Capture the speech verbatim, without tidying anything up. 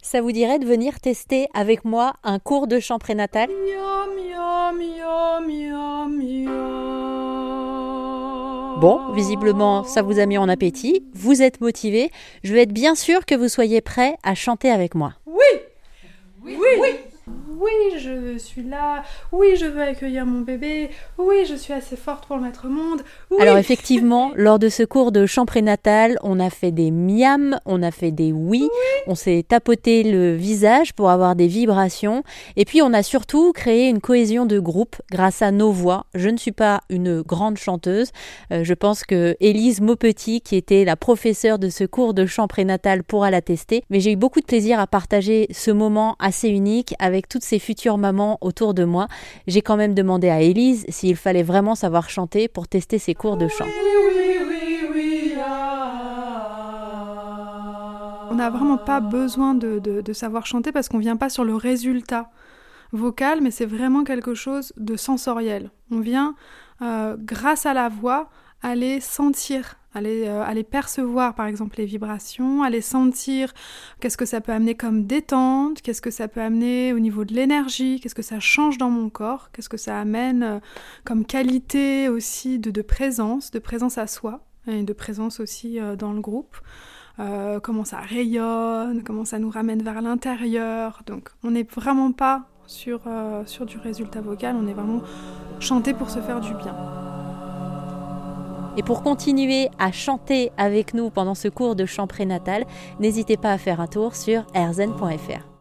Ça vous dirait de venir tester avec moi un cours de chant prénatal ? Miam, miam, miam, miam, miam. Bon, visiblement, ça vous a mis en appétit, vous êtes motivés. Je veux être bien sûre que vous soyez prêts à chanter avec moi. Oui, oui, oui, oui. Oui, je suis là. Oui, je veux accueillir mon bébé. Oui, je suis assez forte pour le mettre au monde. Oui. Alors effectivement, lors de ce cours de chant prénatal, on a fait des miams, on a fait des oui, oui. On s'est tapoté le visage pour avoir des vibrations. Et puis on a surtout créé une cohésion de groupe grâce à nos voix. Je ne suis pas une grande chanteuse. Euh, je pense que Élise Maupetit, qui était la professeure de ce cours de chant prénatal, pourra l'attester. Mais j'ai eu beaucoup de plaisir à partager ce moment assez unique avec toutes ces futures mamans autour de moi. J'ai quand même demandé à Élise s'il fallait vraiment savoir chanter pour tester ses cours de chant. Oui, oui, oui, oui, ah. On n'a vraiment pas besoin de, de, de savoir chanter parce qu'on ne vient pas sur le résultat vocal, mais c'est vraiment quelque chose de sensoriel. On vient, euh, grâce à la voix, aller sentir, aller, euh, aller percevoir par exemple les vibrations, aller sentir qu'est-ce que ça peut amener comme détente, qu'est-ce que ça peut amener au niveau de l'énergie, qu'est-ce que ça change dans mon corps, qu'est-ce que ça amène euh, comme qualité aussi de, de présence, de présence à soi et de présence aussi euh, dans le groupe. Euh, comment ça rayonne, comment ça nous ramène vers l'intérieur. Donc on n'est vraiment pas sur, euh, sur du résultat vocal, on est vraiment chanté pour se faire du bien. Et pour continuer à chanter avec nous pendant ce cours de chant prénatal, n'hésitez pas à faire un tour sur airzen point f r.